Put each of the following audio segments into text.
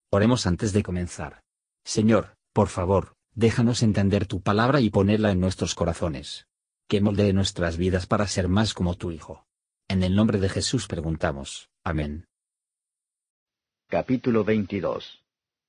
Oremos antes de comenzar. Señor, por favor, déjanos entender tu palabra y ponerla en nuestros corazones. Que moldee nuestras vidas para ser más como tu Hijo. En el nombre de Jesús preguntamos. Amén. Capítulo 22.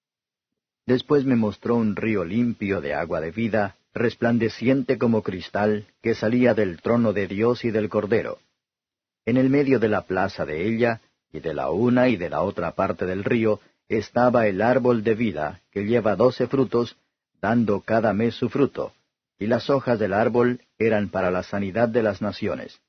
Después me mostró un río limpio de agua de vida, resplandeciente como cristal, que salía del trono de Dios y del Cordero. En el medio de la plaza de ella, y de la una y de la otra parte del río, estaba el árbol de vida, que lleva 12 frutos, dando cada mes su fruto, y las hojas del árbol eran para la sanidad de las naciones.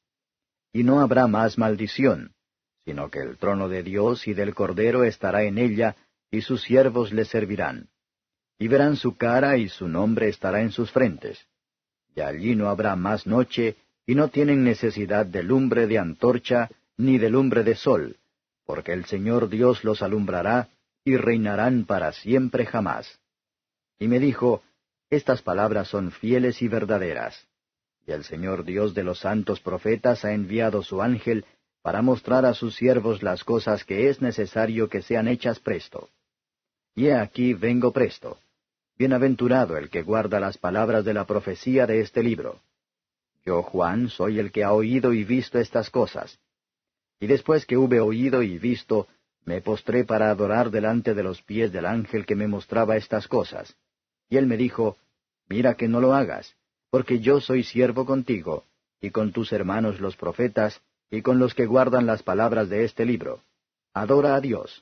Y no habrá más maldición, sino que el trono de Dios y del Cordero estará en ella, y sus siervos le servirán. Y verán su cara y su nombre estará en sus frentes. Y allí no habrá más noche, y no tienen necesidad de lumbre de antorcha, ni de lumbre de sol, porque el Señor Dios los alumbrará, y reinarán para siempre jamás. Y me dijo, estas palabras son fieles y verdaderas. Y el Señor Dios de los santos profetas ha enviado su ángel para mostrar a sus siervos las cosas que es necesario que sean hechas presto. Y he aquí vengo presto. Bienaventurado el que guarda las palabras de la profecía de este libro. Yo, Juan, soy el que ha oído y visto estas cosas. Y después que hube oído y visto, me postré para adorar delante de los pies del ángel que me mostraba estas cosas. Y él me dijo, mira que no lo hagas, porque yo soy siervo contigo, y con tus hermanos los profetas, y con los que guardan las palabras de este libro. Adora a Dios.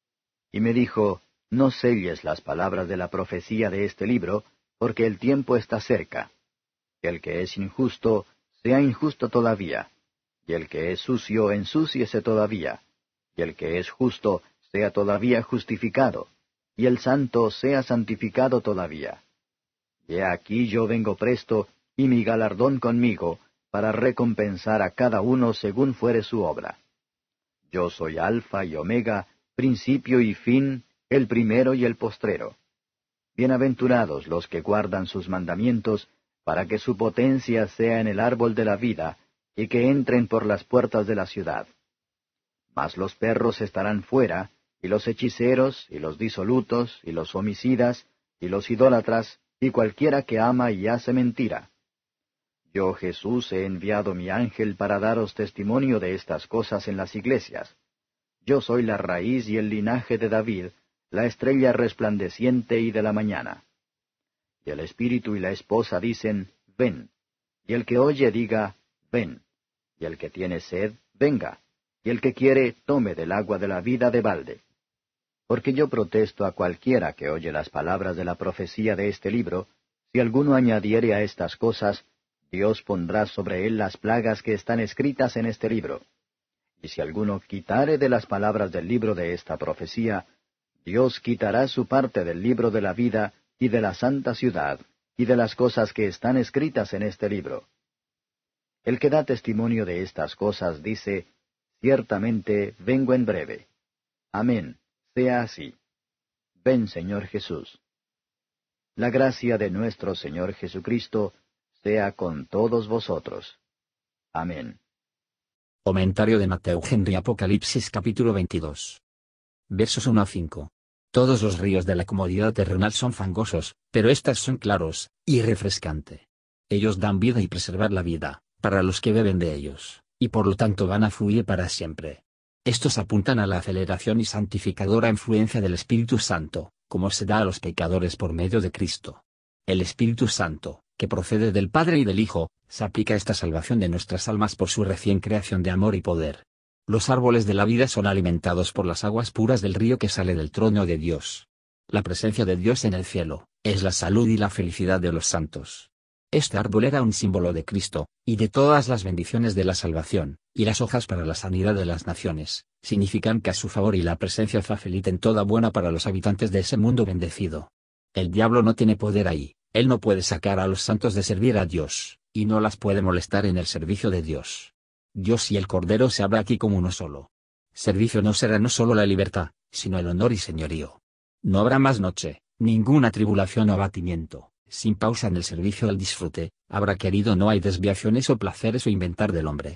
Y me dijo, no selles las palabras de la profecía de este libro, porque el tiempo está cerca. El que es injusto, sea injusto todavía, y el que es sucio, ensúciese todavía, y el que es justo, sea todavía justificado, y el santo sea santificado todavía. Y he aquí yo vengo presto, y mi galardón conmigo, para recompensar a cada uno según fuere su obra. Yo soy Alfa y Omega, principio y fin, el primero y el postrero. Bienaventurados los que guardan sus mandamientos, para que su potencia sea en el árbol de la vida, y que entren por las puertas de la ciudad. Mas los perros estarán fuera, y los hechiceros, y los disolutos, y los homicidas, y los idólatras, y cualquiera que ama y hace mentira. Yo, Jesús, he enviado mi ángel para daros testimonio de estas cosas en las iglesias. Yo soy la raíz y el linaje de David, la estrella resplandeciente y de la mañana. Y el espíritu y la esposa dicen, ven. Y el que oye diga, ven. Y el que tiene sed, venga. Y el que quiere, tome del agua de la vida de balde. Porque yo protesto a cualquiera que oye las palabras de la profecía de este libro, si alguno añadiere a estas cosas, Dios pondrá sobre él las plagas que están escritas en este libro. Y si alguno quitare de las palabras del libro de esta profecía, Dios quitará su parte del libro de la vida y de la santa ciudad, y de las cosas que están escritas en este libro. El que da testimonio de estas cosas dice, ciertamente vengo en breve. Amén, sea así. Ven, Señor Jesús. La gracia de nuestro Señor Jesucristo sea con todos vosotros. Amén. Comentario de Mateo Henry Apocalipsis capítulo 22. Versos 1 a 5. Todos los ríos de la comodidad terrenal son fangosos, pero éstas son claros, y refrescante. Ellos dan vida y preservar la vida, para los que beben de ellos, y por lo tanto van a fluir para siempre. Estos apuntan a la aceleración y santificadora influencia del Espíritu Santo, como se da a los pecadores por medio de Cristo. El Espíritu Santo, que procede del Padre y del Hijo, se aplica a esta salvación de nuestras almas por su recién creación de amor y poder. Los árboles de la vida son alimentados por las aguas puras del río que sale del trono de Dios. La presencia de Dios en el cielo, es la salud y la felicidad de los santos. Este árbol era un símbolo de Cristo, y de todas las bendiciones de la salvación, y las hojas para la sanidad de las naciones, significan que a su favor y la presencia faciliten toda buena para los habitantes de ese mundo bendecido. El diablo no tiene poder ahí, él no puede sacar a los santos de servir a Dios, y no las puede molestar en el servicio de Dios. Dios y el Cordero se habla aquí como uno solo. Servicio no será no solo la libertad, sino el honor y señorío. No habrá más noche, ninguna tribulación o abatimiento, sin pausa en el servicio al disfrute, habrá querido no hay desviaciones o placeres o inventar del hombre.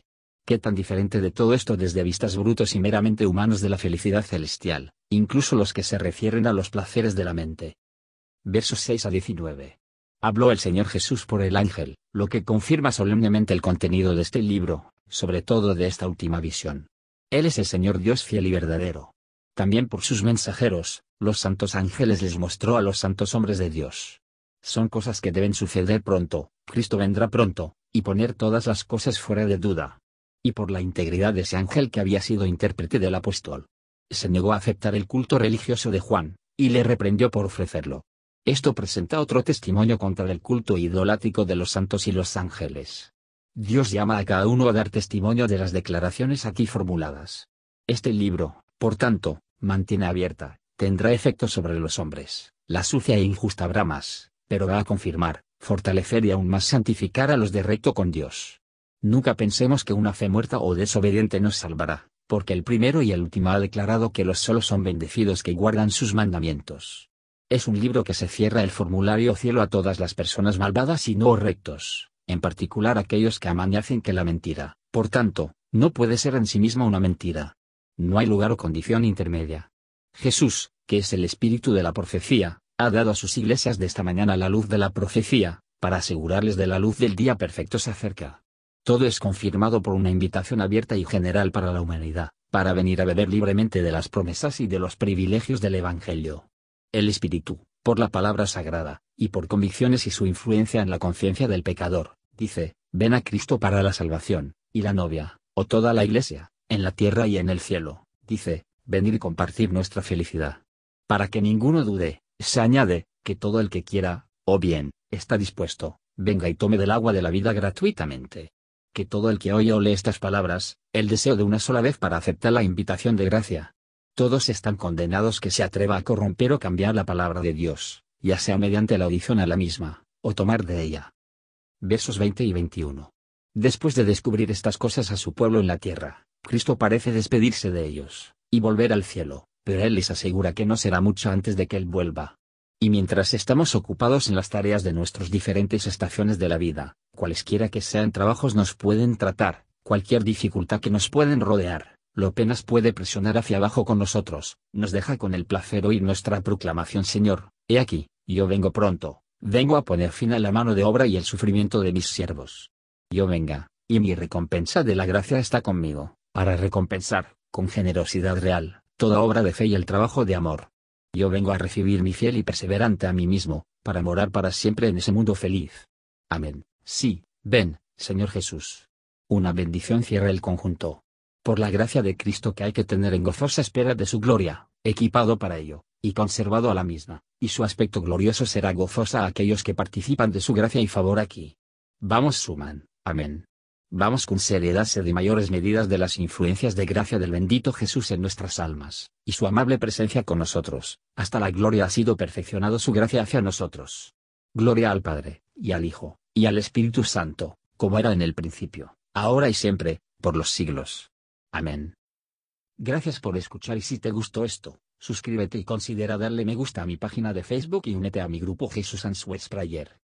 Qué tan diferente de todo esto desde vistas brutos y meramente humanos de la felicidad celestial, incluso los que se refieren a los placeres de la mente. Versos 6 a 19. Habló el Señor Jesús por el ángel, lo que confirma solemnemente el contenido de este libro, sobre todo de esta última visión. Él es el Señor Dios fiel y verdadero. También por sus mensajeros, los santos ángeles les mostró a los santos hombres de Dios. Son cosas que deben suceder pronto, Cristo vendrá pronto, y poner todas las cosas fuera de duda. Y por la integridad de ese ángel que había sido intérprete del apóstol, se negó a aceptar el culto religioso de Juan, y le reprendió por ofrecerlo. Esto presenta otro testimonio contra el culto idolátrico de los santos y los ángeles. Dios llama a cada uno a dar testimonio de las declaraciones aquí formuladas. Este libro, por tanto, mantiene abierta, tendrá efecto sobre los hombres, la sucia e injusta habrá más, pero va a confirmar, fortalecer y aún más santificar a los de recto con Dios. Nunca pensemos que una fe muerta o desobediente nos salvará, porque el primero y el último ha declarado que los solos son bendecidos que guardan sus mandamientos. Es un libro que se cierra el formulario cielo a todas las personas malvadas y no rectos, en particular aquellos que aman y hacen que la mentira, por tanto, no puede ser en sí misma una mentira. No hay lugar o condición intermedia. Jesús, que es el espíritu de la profecía, ha dado a sus iglesias de esta mañana la luz de la profecía, para asegurarles de la luz del día perfecto se acerca. Todo es confirmado por una invitación abierta y general para la humanidad, para venir a beber libremente de las promesas y de los privilegios del Evangelio. El Espíritu, por la palabra sagrada, y por convicciones y su influencia en la conciencia del pecador, dice, ven a Cristo para la salvación, y la novia, o toda la iglesia, en la tierra y en el cielo, dice, venir y compartir nuestra felicidad. Para que ninguno dude, se añade, que todo el que quiera, o bien, está dispuesto, venga y tome del agua de la vida gratuitamente. Que todo el que oye o lee estas palabras, el deseo de una sola vez para aceptar la invitación de gracia. Todos están condenados que se atreva a corromper o cambiar la palabra de Dios, ya sea mediante la audición a la misma, o tomar de ella. Versos 20 y 21. Después de descubrir estas cosas a su pueblo en la tierra, Cristo parece despedirse de ellos, y volver al cielo, pero Él les asegura que no será mucho antes de que Él vuelva. Y mientras estamos ocupados en las tareas de nuestras diferentes estaciones de la vida, cualesquiera que sean trabajos nos pueden tratar, cualquier dificultad que nos pueden rodear, lo apenas puede presionar hacia abajo con nosotros, nos deja con el placer oír nuestra proclamación: Señor, he aquí, yo vengo pronto, vengo a poner fin a la mano de obra y el sufrimiento de mis siervos. Yo venga, y mi recompensa de la gracia está conmigo, para recompensar, con generosidad real, toda obra de fe y el trabajo de amor. Yo vengo a recibir mi fiel y perseverante a mí mismo, para morar para siempre en ese mundo feliz. Amén. Sí, ven, Señor Jesús. Una bendición cierra el conjunto. Por la gracia de Cristo que hay que tener en gozosa espera de su gloria, equipado para ello, y conservado a la misma, y su aspecto glorioso será gozosa a aquellos que participan de su gracia y favor aquí. Vamos suman, amén. Vamos con seriedad de mayores medidas de las influencias de gracia del bendito Jesús en nuestras almas, y su amable presencia con nosotros, hasta la gloria ha sido perfeccionado su gracia hacia nosotros. Gloria al Padre, y al Hijo, y al Espíritu Santo, como era en el principio, ahora y siempre, por los siglos. Amén. Gracias por escuchar, y si te gustó esto, suscríbete y considera darle me gusta a mi página de Facebook y únete a mi grupo Jesús Answers Prayer.